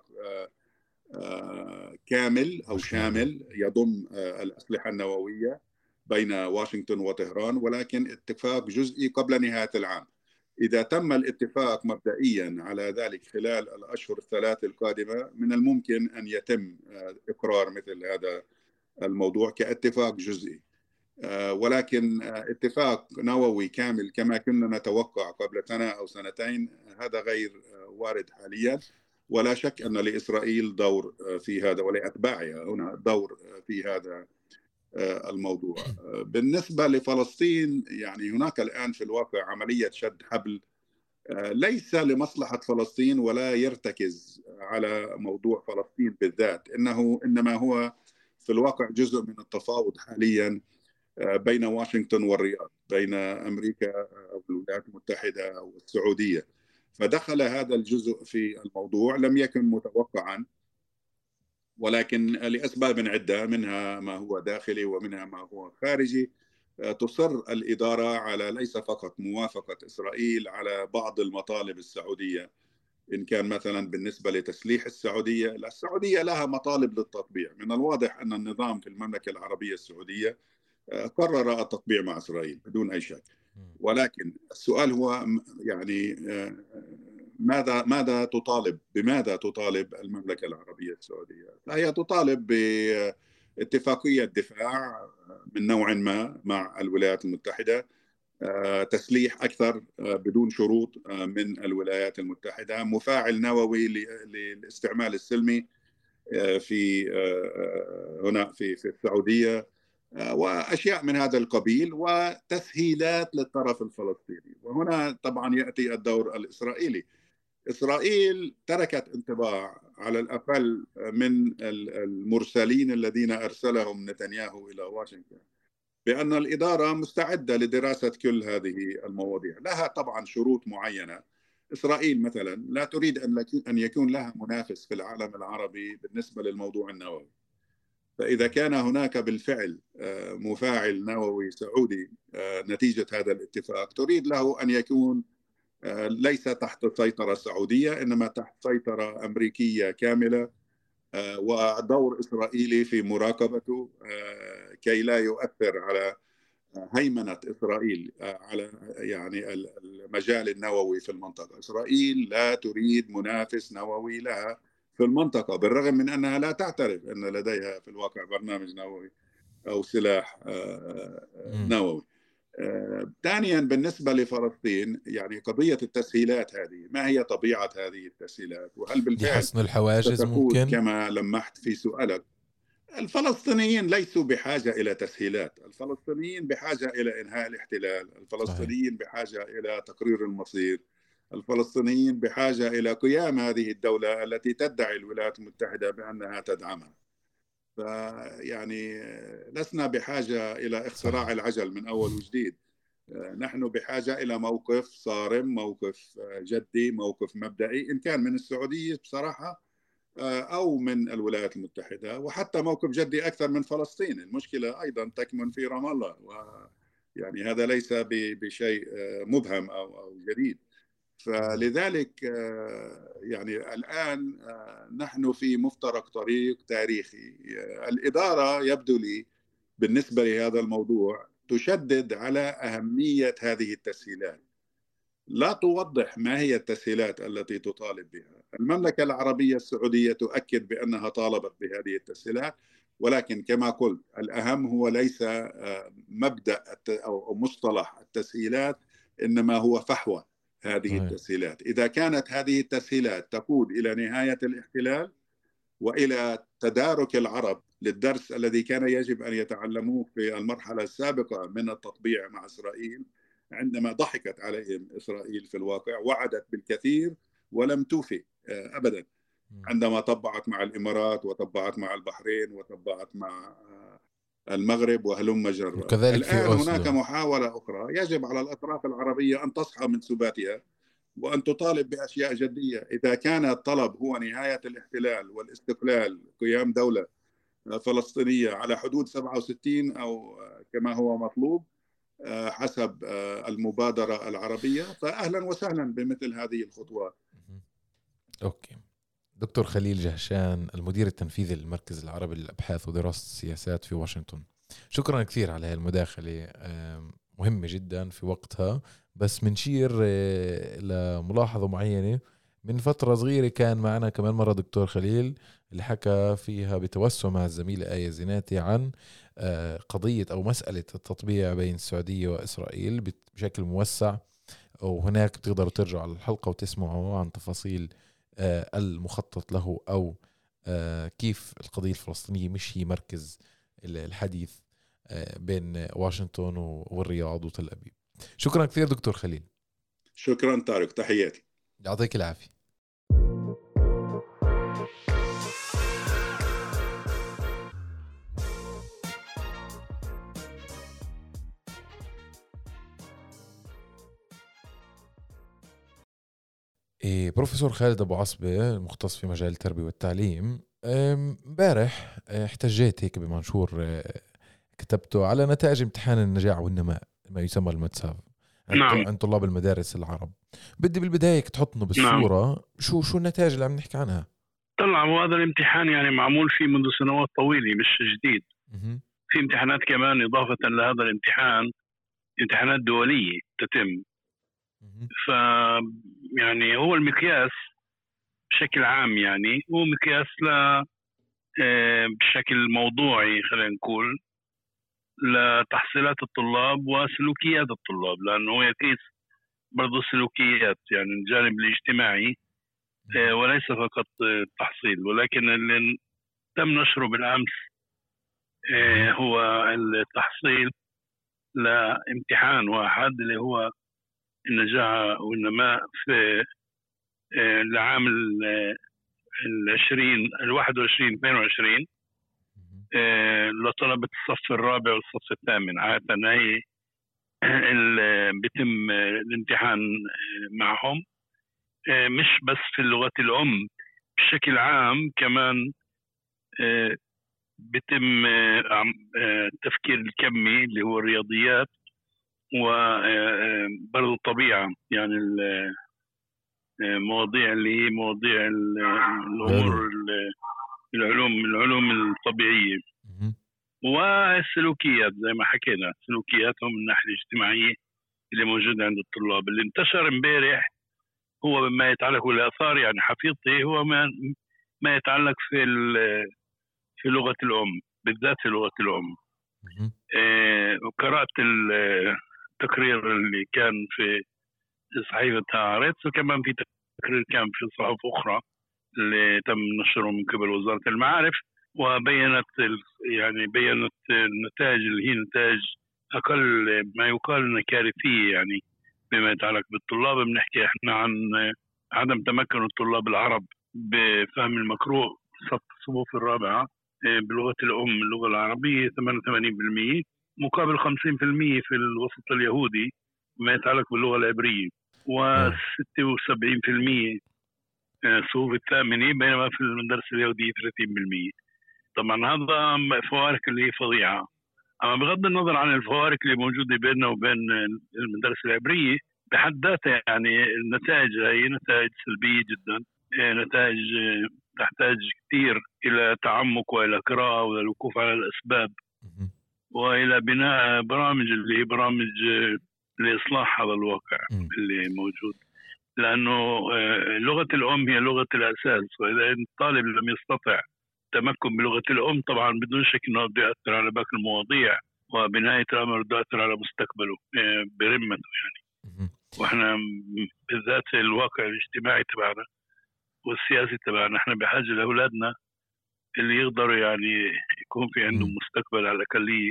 كامل أو شامل يضم الأسلحة النووية بين واشنطن وطهران، ولكن اتفاق جزئي قبل نهاية العام. إذا تم الاتفاق مبدئيا على ذلك خلال الأشهر الثلاث القادمة، من الممكن أن يتم إقرار مثل هذا الموضوع كاتفاق جزئي. ولكن اتفاق نووي كامل كما كنا نتوقع قبل سنة أو سنتين هذا غير وارد حاليا، ولا شك أن لإسرائيل دور في هذا ولأتباعها هنا دور في هذا الموضوع. بالنسبة لفلسطين يعني هناك الآن في الواقع عملية شد حبل ليس لمصلحة فلسطين ولا يرتكز على موضوع فلسطين بالذات، إنه إنما هو في الواقع جزء من التفاوض حاليا بين واشنطن والرياض، بين أمريكا أو الولايات المتحدة أو السعودية. فدخل هذا الجزء في الموضوع لم يكن متوقعا، ولكن لأسباب عدة منها ما هو داخلي ومنها ما هو خارجي تصر الإدارة على ليس فقط موافقة إسرائيل على بعض المطالب السعودية، إن كان مثلا بالنسبة لتسليح السعودية. السعودية لها مطالب للتطبيع، من الواضح أن النظام في المملكة العربية السعودية قرر التطبيع مع إسرائيل بدون أي شك، ولكن السؤال هو يعني ماذا ماذا تطالب بماذا تطالب المملكة العربية السعودية؟ فهي تطالب باتفاقية دفاع من نوع ما مع الولايات المتحدة، تسليح أكثر بدون شروط من الولايات المتحدة، مفاعل نووي للاستعمال السلمي في هنا في في السعودية، وأشياء من هذا القبيل، وتسهيلات للطرف الفلسطيني. وهنا طبعا يأتي الدور الإسرائيلي. إسرائيل تركت انطباع على الأقل من المرسلين الذين أرسلهم نتنياهو إلى واشنطن بأن الإدارة مستعدة لدراسة كل هذه المواضيع. لها طبعا شروط معينة. إسرائيل مثلا لا تريد أن يكون لها منافس في العالم العربي بالنسبة للموضوع النووي، فإذا كان هناك بالفعل مفاعل نووي سعودي نتيجة هذا الاتفاق، تريد له أن يكون ليس تحت سيطرة سعودية إنما تحت سيطرة أمريكية كاملة، ودور إسرائيلي في مراقبته كي لا يؤثر على هيمنة إسرائيل على يعني المجال النووي في المنطقة. إسرائيل لا تريد منافس نووي لها في المنطقة، بالرغم من أنها لا تعترف أن لديها في الواقع برنامج نووي أو سلاح نووي. ثانيا بالنسبة لفلسطين، يعني قضية التسهيلات هذه، ما هي طبيعة هذه التسهيلات؟ وهل بالفعل حصن الحواجز ستكون ممكن؟ كما لمحت في سؤالك؟ الفلسطينيين ليسوا بحاجة إلى تسهيلات، الفلسطينيين بحاجة إلى إنهاء الاحتلال، الفلسطينيين صحيح. بحاجة إلى تقرير المصير، الفلسطينيين بحاجة إلى قيام هذه الدولة التي تدعي الولايات المتحدة بأنها تدعمها. فيعني لسنا بحاجة إلى اختراع صحيح. العجل من أول وجديد. نحن بحاجة إلى موقف صارم، موقف جدي، موقف مبدئي، إن كان من السعودية بصراحة أو من الولايات المتحدة، وحتى موقف جدي أكثر من فلسطين. المشكلة أيضا تكمن في رام الله، ويعني هذا ليس بشيء مبهم أو جديد. فلذلك يعني الآن نحن في مفترق طريق تاريخي. الإدارة يبدو لي بالنسبة لهذا الموضوع تشدد على أهمية هذه التسهيلات، لا توضح ما هي التسهيلات التي تطالب بها. المملكة العربية السعودية تؤكد بأنها طالبت بهذه التسهيلات، ولكن كما قلت الأهم هو ليس مبدأ أو مصطلح التسهيلات، إنما هو فحوى هذه التسهيلات. إذا كانت هذه التسهيلات تقود إلى نهاية الاحتلال وإلى تدارك العرب للدرس الذي كان يجب أن يتعلموه في المرحلة السابقة من التطبيع مع إسرائيل، عندما ضحكت عليهم إسرائيل في الواقع، وعدت بالكثير ولم توفي أبدا، عندما طبعت مع الإمارات وطبعت مع البحرين وطبعت مع المغرب وهلم جرا. الآن هناك محاولة أخرى، يجب على الأطراف العربية أن تصحى من سباتها وأن تطالب بأشياء جدية. إذا كان الطلب هو نهاية الاحتلال والاستقلال، قيام دولة فلسطينية على حدود سبعة وستين أو كما هو مطلوب حسب المبادرة العربية، فأهلا وسهلا بمثل هذه الخطوات. أوكي. دكتور خليل جهشان، المدير التنفيذي للمركز العربي للأبحاث ودراسة السياسات في واشنطن، شكرا كثير على هذه المداخلة مهمة جدا في وقتها. بس منشير لملاحظة معينة، من فترة صغيرة كان معنا كمان مرة دكتور خليل اللي حكى فيها بتوسع مع الزميلة آية زيناتي عن قضية أو مسألة التطبيع بين السعودية وإسرائيل بشكل موسع، وهناك بتقدروا ترجعوا على الحلقة وتسمعوا عن تفاصيل المخطط له أو كيف القضية الفلسطينية مش هي مركز الحديث بين واشنطن والرياض وتل أبيب. شكرا كثير دكتور خليل. شكرا طارق، تحياتي. يعطيك العافية. إيه بروفيسور خالد أبو عصبة المختص في مجال التربية والتعليم، امبارح احتجيت هيك بمنشور كتبته على نتائج امتحان النجاح والنماء ما يسمى المتساف نعم. عن طلاب المدارس العرب. بدي بالبداية تحطنا بالصورة. نعم. شو شو النتائج اللي عم نحكي عنها؟ طلع هذا الامتحان يعني معمول فيه منذ سنوات طويلة، مش جديد. م- في امتحانات كمان إضافة لهذا الامتحان، امتحانات دولية تتم. ف يعني هو المقياس بشكل عام، يعني هو مقياس ل بشكل موضوعي خلينا نقول لتحصيلات الطلاب وسلوكيات الطلاب، لأنه يقيس برضو السلوكيات، يعني الجانب الاجتماعي وليس فقط التحصيل. ولكن اللي تم نشره بالأمس هو التحصيل لامتحان واحد اللي هو النجاح والنماء في العام العشرين الواحد وعشرين اثنين وعشرين لطلبة الصف الرابع والصف الثامن. عادة هي بيتم الامتحان معهم، مش بس في اللغة الأم، بشكل عام كمان بيتم التفكير الكمي اللي هو الرياضيات، وبرضو الطبيعة، يعني المواضيع اللي هي مواضيع الأمور العلوم العلوم الطبيعية، والسلوكيات زي ما حكينا، سلوكياتهم من الناحية الاجتماعية اللي موجودة عند الطلاب. اللي انتشر امبارح هو بما يتعلق بالآثار، يعني حفيظتي هو من ما يتعلق في في لغة الأم، بالذات في لغة الأم. وقرأت التقرير اللي كان في صحيفة هارتز، وكمان في تقرير كان في صحف أخرى اللي تم نشره من قبل وزارة المعارف، وبينت يعني بينت النتائج اللي هي نتائج أقل ما يقال إنها كارثية. يعني بما يتعلق بالطلاب، بنحكي إحنا عن عدم تمكن الطلاب العرب بفهم المقروء صف الصفوف الرابعة بلغة الأم اللغة العربية ثمانية وثمانين بالمئة مقابل خمسين بالمئة في الوسط اليهودي بما يتعلق باللغة العبرية، وستة وسبعين بالمئة صفوف الثامنة، بينما في المدارس اليهودية ثلاثين بالمئة. طبعا هذا فوارق اللي هي فظيعة. أما بغض النظر عن الفوارق اللي موجودة بيننا وبين المدارس العبرية بحد ذاتها، يعني النتائج هي نتائج سلبية جدا، نتائج تحتاج كثير إلى تعمق وإلى قراءة وإلى الوقوف على الأسباب وإلى بناء برامج اللي هي برامج لإصلاح هذا الواقع اللي موجود. لأنه لغة الأم هي لغة الأساس، وإذا الطالب لم يستطع التمكن بلغة الأم طبعا بدون شك أنه بده يأثر على باقي المواضيع، وبنهاية الأمر بده يأثر على مستقبله برمته يعني. وإحنا بالذات الواقع الاجتماعي تبعنا والسياسي تبعنا، إحنا بحاجة لأولادنا اللي يقدروا يعني يكون في عندهم مستقبل على الأقلية،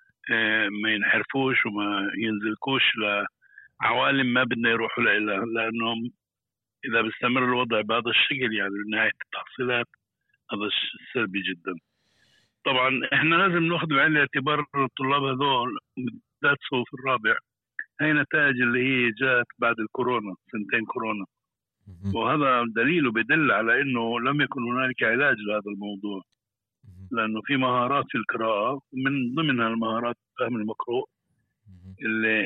ما ينحرفوش وما ينزلكوش لعوالم ما بدنا يروحوا لها، لأنهم إذا بيستمر الوضع بهذا الشكل يعني نهاية التحصيلات هذا سلبي جدا. طبعا احنا لازم ناخذ بعين الاعتبار الطلاب هذول بالذات صفوف الرابع، هي نتائج اللي هي جاءت بعد الكورونا، سنتين كورونا، وهذا دليل وبدل على انه لم يكن هنالك علاج لهذا الموضوع، لانه في مهارات في القراءة من ضمنها المهارات فهم المقروء اللي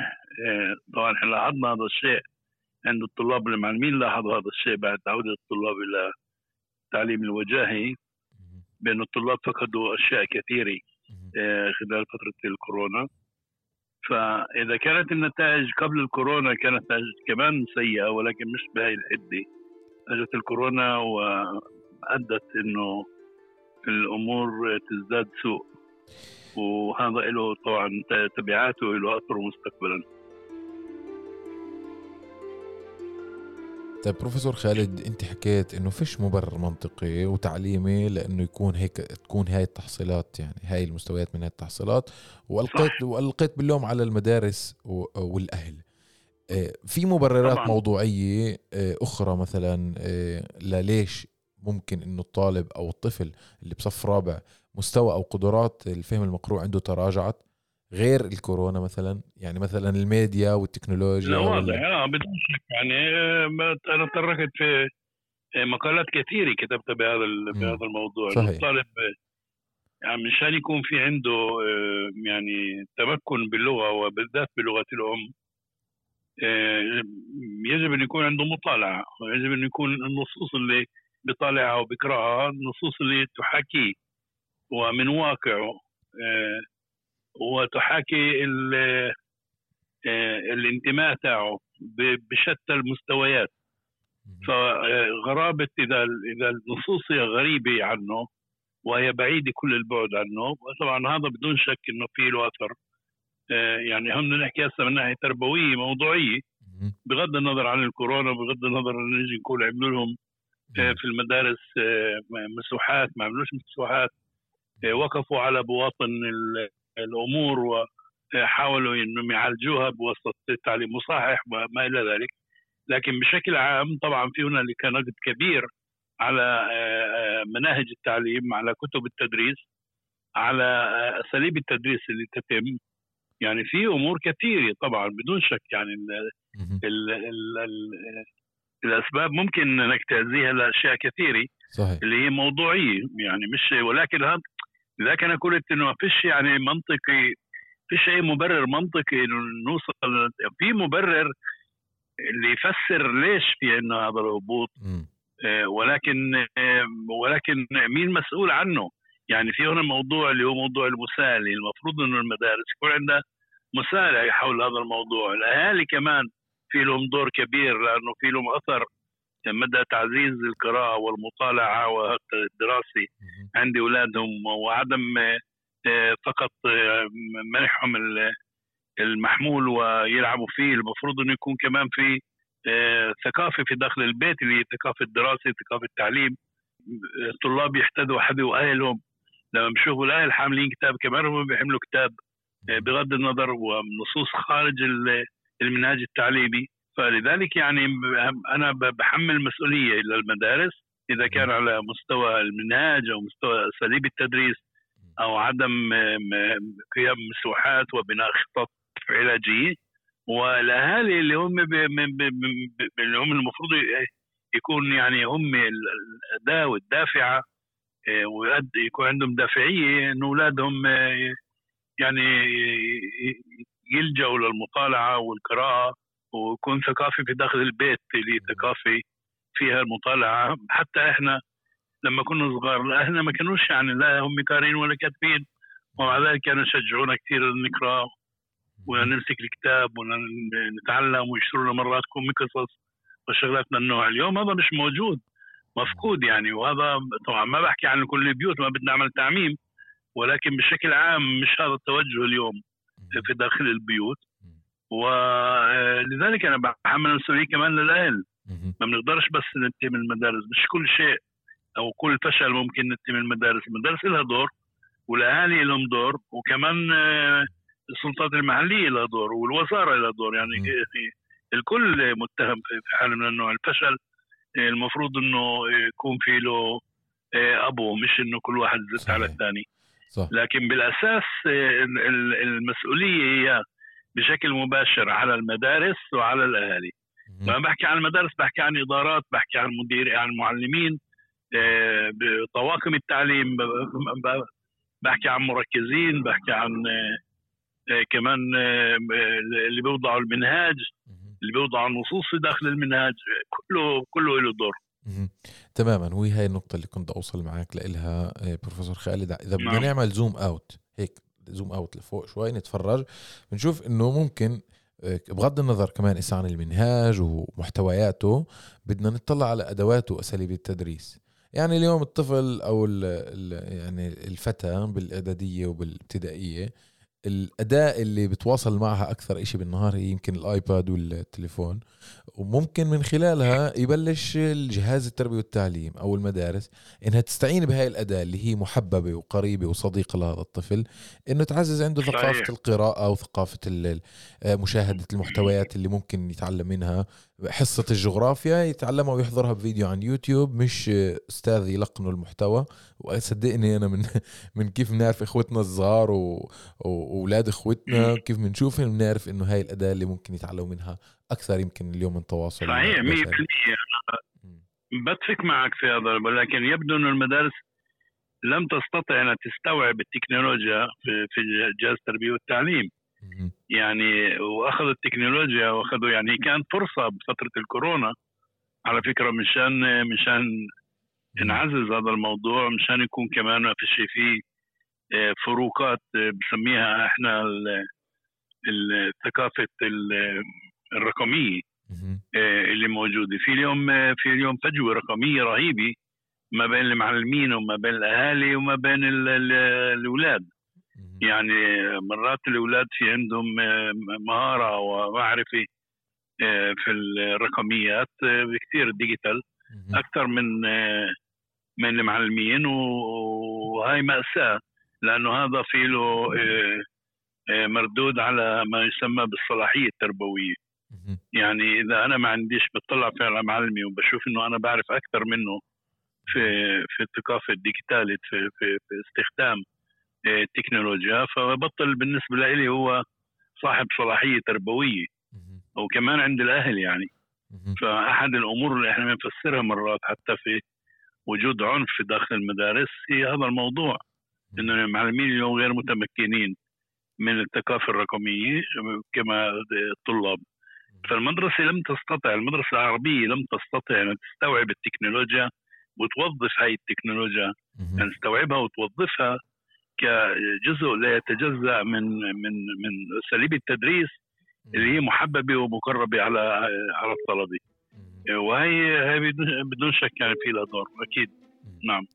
طبعا احنا لاحظنا هذا الشيء عند الطلاب المعلمين، لاحظوا هذا الشيء بعد عودة الطلاب الى التعليم الوجاهي، بأن الطلاب فقدوا أشياء كثيرة خلال فترة الكورونا. فإذا كانت النتائج قبل الكورونا كانت كمان سيئة ولكن مش بهاي الحدة، أجت الكورونا وأدت إنه الأمور تزداد سوء، وهذا له طبعا تبعاته وله أثر مستقبلا. طيب بروفيسور خالد، انت حكيت انه فيش مبرر منطقي وتعليمي لانه يكون هيك تكون هاي التحصيلات، يعني هاي المستويات من هاي التحصيلات، والقيت والقيت باللوم على المدارس والاهل. في مبررات طبعاً موضوعية اخرى مثلا لليش ممكن انه الطالب او الطفل اللي بصف رابع مستوى او قدرات الفهم المقروء عنده تراجعت غير الكورونا مثلا؟ يعني مثلا الميديا والتكنولوجيا. لا واضح اه بدون شك يعني. انا تركت في مقالات كثيره كتبتها بهذا بهذا الموضوع. الطالب يعني مشان يكون في عنده يعني تمكن باللغه وبالذات بلغه الام يجب ان يكون عنده مطالعه، ويجب ان يكون النصوص اللي بيطالعها وبيقراها النصوص اللي تحاكيه ومن واقعه وتحاكي الانتماء تاعه بشتى المستويات. فغرابة إذا إذا النصوص هي غريبة عنه وهي بعيدة كل البعد عنه، وطبعا هذا بدون شك إنه فيه له أثر. يعني هم نحكي هسه من ناحية تربوية موضوعية بغض النظر عن الكورونا، بغض النظر أن نجي نقول عملوا لهم في المدارس مسوحات، ما عملوش مسوحات، وقفوا على بواطن الأمور وحاولوا إنهم يعالجوها بواسطة التعليم مصحح وما إلى ذلك. لكن بشكل عام طبعا في هنالك نقد كبير على مناهج التعليم، على كتب التدريس، على أساليب التدريس اللي تتم. يعني في أمور كثيرة طبعا بدون شك. يعني ال ال ال ال الأسباب ممكن نجتازيها لأشياء كثيرة صحيح. اللي هي موضوعية يعني مش، ولكن هذا لكن أنا قلت إنه ما فيش يعني منطقي، فيش أي مبرر منطقي إنه نوصل. في مبرر اللي يفسر ليش في إنه هذا الهبوط، آه ولكن آه ولكن مين مسؤول عنه؟ يعني في هنا موضوع اللي هو موضوع المسالي. المفروض إنه المدارس يكون عندها مسالة حول هذا الموضوع. الأهالي كمان في لهم دور كبير، لأنه في لهم أثر مدى تعزيز القراءة والمطالعة والدراسة عند أولادهم، وعدم فقط منحهم المحمول ويلعبوا فيه. المفروض أنه يكون كمان في ثقافة في داخل البيت اللي هي ثقافة الدراسة، ثقافة التعليم. الطلاب يحتذوا حبوا أهلهم، لما بيشوفوا الأهل حاملين كتاب كمان هم بيحملوا كتاب بغض النظر ونصوص خارج المنهاج التعليمي. فلذلك يعني أنا بحمل مسؤولية للمدارس إذا كان على مستوى المنهاج أو مستوى أساليب التدريس أو عدم قيام مسوحات وبناء خطط علاجية، والأهالي اللي هم اللي هم المفروض يكون يعني هم الأداة والدافعة ويكون عندهم دافعية إن أولادهم يعني يلجأوا للمطالعة والقراءة، ويكون ثقافة في داخل البيت اللي ثقافة فيها المطالعة. حتى إحنا لما كنا صغار أهلنا ما كانوش يعني لا هم قارئين ولا كاتبين، ومع ذلك كانوا يشجعونا كثير نقرأ ونمسك الكتاب ونتعلم ويشتروا لنا مرات كومي قصص وشغلات من النوع. اليوم هذا مش موجود، مفقود يعني. وهذا طبعا ما بحكي عن كل البيوت، ما بدنا نعمل تعميم، ولكن بشكل عام مش هذا التوجه اليوم في داخل البيوت. ولذلك أنا بحمل المسؤولية كمان للأهل. ما بنقدرش بس ننتهي من المدارس، مش كل شيء أو كل فشل ممكن ننتهي من المدارس. المدارس لها دور، والأهالي لهم دور، وكمان السلطات المحلية لها دور، والوزارة لها دور. يعني الكل متهم في حال من النوع. الفشل المفروض إنه يكون في له أبوه، مش إنه كل واحد زت على الثاني. لكن بالأساس المسؤولية هي بشكل مباشر على المدارس وعلى الأهالي. لما بحكي عن المدارس بحكي عن إدارات، بحكي عن مدير، عن معلمين، بطواقم التعليم، بحكي عن مركزين، بحكي عن كمان اللي بيوضعوا المنهاج، اللي بيوضعوا النصوص في داخل المنهاج. كله كله له دور. تماما. وهي هاي النقطة اللي كنت أوصل معك لإلها بروفيسور خالد. إذا بدنا نعمل زوم أوت هيك، زوم أوت لفوق شوي نتفرج، بنشوف إنه ممكن بغض النظر كمان إسا عن المنهاج ومحتوياته، بدنا نطلع على أدواته وأساليب التدريس. يعني اليوم الطفل أو ال ال يعني الفتى بالإعدادية وبالابتدائية، الأداة اللي بتواصل معها أكثر إشي بالنهار هي يمكن الآيباد والتليفون، وممكن من خلالها يبلش الجهاز التربية والتعليم أو المدارس إنها تستعين بهاي الأداة اللي هي محببة وقريبة وصديقة لهذا الطفل، إنه تعزز عنده ثقافة القراءة وثقافة مشاهدة المحتويات اللي ممكن يتعلم منها. حصة الجغرافيا يتعلمها ويحضرها بفيديو عن يوتيوب، مش أستاذ يلقنوا المحتوى. وصدقني أنا من من كيف بنعرف إخوتنا الصغار وأولاد إخوتنا كيف بنشوفهم بنعرف إنه هاي الأداة اللي ممكن يتعلموا منها أكثر يمكن اليوم من تواصل. صحيح مية بالمية بتفق معك في هذا، ولكن يبدو أن المدارس لم تستطع أن تستوعب التكنولوجيا في في جهاز التربية والتعليم. يعني وأخذوا التكنولوجيا وأخذوا يعني كانت فرصة بفترة الكورونا على فكرة، مشان مشان نعزز هذا الموضوع، مشان يكون كمان ما في شيء فيه فروقات بسميها احنا الثقافة الرقمية اللي موجودة في اليوم. في اليوم فجوة رقمية رهيبة ما بين المعلمين وما بين الأهالي وما بين الأولاد. يعني مرات الأولاد في عندهم مهارة ومعرفة في الرقميات بكثير ديجيتال أكثر من من المعلمين، وهاي مأساة، لأنه هذا فيه له مردود على ما يسمى بالصلاحية التربوية. يعني إذا أنا ما عنديش بطلع في على معلمي وبشوف إنه أنا بعرف أكثر منه في في الثقافة الديجيتالية في, في في استخدام التكنولوجيا، فبطل بالنسبة لي هو صاحب صلاحية تربوية. وكمان عند الأهل يعني. فأحد الأمور اللي إحنا بنفسرها مرات حتى في وجود عنف في داخل المدارس هي هذا الموضوع، إنه المعلمين اليوم غير متمكنين من الثقافة الرقمية كما الطلاب. فالمدرسة لم تستطع، المدرسة العربية لم تستطع أن تستوعب التكنولوجيا وتوظف هاي التكنولوجيا، أن تستوعبها وتوظفها كجزء لا يتجزأ من من من أساليب التدريس اللي هي محببة ومقربة على على الطلبة. وهي هي بدون شك يعني في لها دور أكيد. نعم.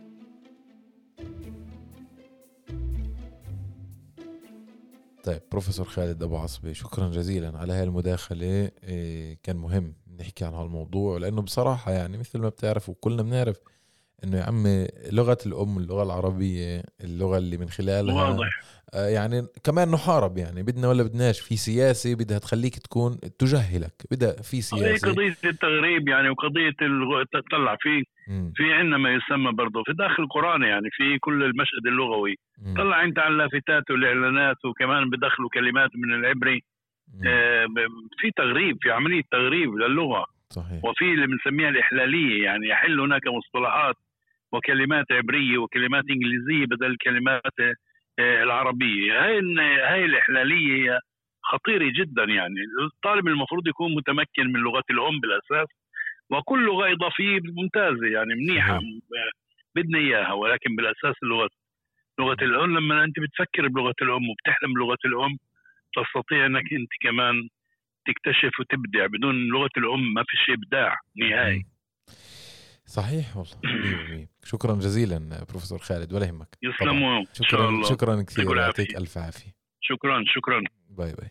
طيب بروفيسور خالد أبو عصبي، شكرا جزيلا على هاي المداخلة. كان مهم نحكي عن هالموضوع، لأنه بصراحة يعني مثل ما بتعرفوا كلنا بنعرف إنه يا عمي لغة الأم اللغة العربية اللغة اللي من خلالها واضح. آه يعني كمان نحارب، يعني بدنا ولا بدناش في سياسة بدها تخليك تكون تجهلك، بدها في سياسة. قضية التغريب يعني وقضية تطلع في في عندنا ما يسمى برضه في داخل القرآن يعني في كل المشهد اللغوي م. طلع انت على اللافتات والاعلانات وكمان بدخلوا كلمات من العبري آه في تغريب، في عملية تغريب للغة. صحيح. وفي اللي بنسميها الإحلالية، يعني يحل هناك مصطلحات وكلمات عبرية وكلمات إنجليزية بدل الكلمات العربية. هاي هاي الإحلالية خطيرة جدا. يعني الطالب المفروض يكون متمكن من لغة الأم بالأساس، وكل لغة إضافية ممتازة يعني منيحة بدنا إياها، ولكن بالأساس اللغة لغة الأم. لما أنت بتفكر بلغة الأم وبتحلم بلغة الأم تستطيع أنك أنت كمان تكتشف وتبدع. بدون لغة الأم ما في شيء إبداع نهائي. صحيح والله. شكرا جزيلا بروفيسور خالد، ولا يهمك. يسلموا. شكرا شكرا كثير، يعطيك ألف عافية. شكرا شكرا. باي باي.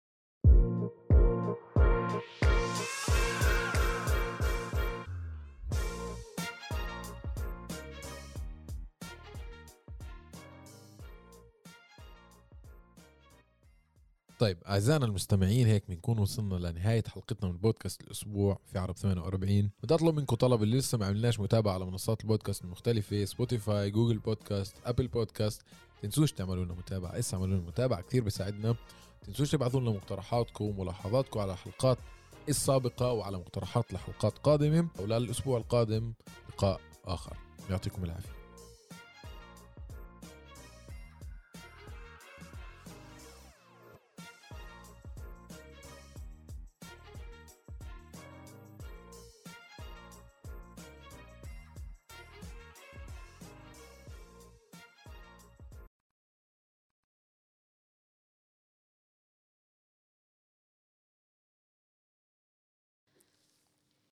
طيب أعزائنا المستمعين، هيك بنكون وصلنا لنهاية حلقتنا من بودكاست الأسبوع في عرب ثمانية وأربعين. بدي أطلب منكم طلب، اللي لسه ما عملناش متابعة على منصات البودكاست المختلفة سبوتيفاي، جوجل بودكاست، أبل بودكاست، تنسوش تعملوا لنا متابعة. إسا عملوا لنا متابعة كثير بيساعدنا. تنسوش تبعثوا لنا مقترحاتكم وملاحظاتكم على الحلقات السابقة وعلى مقترحات لحلقات قادمة، أو للأسبوع القادم لقاء آخر. يعطيكم العافية.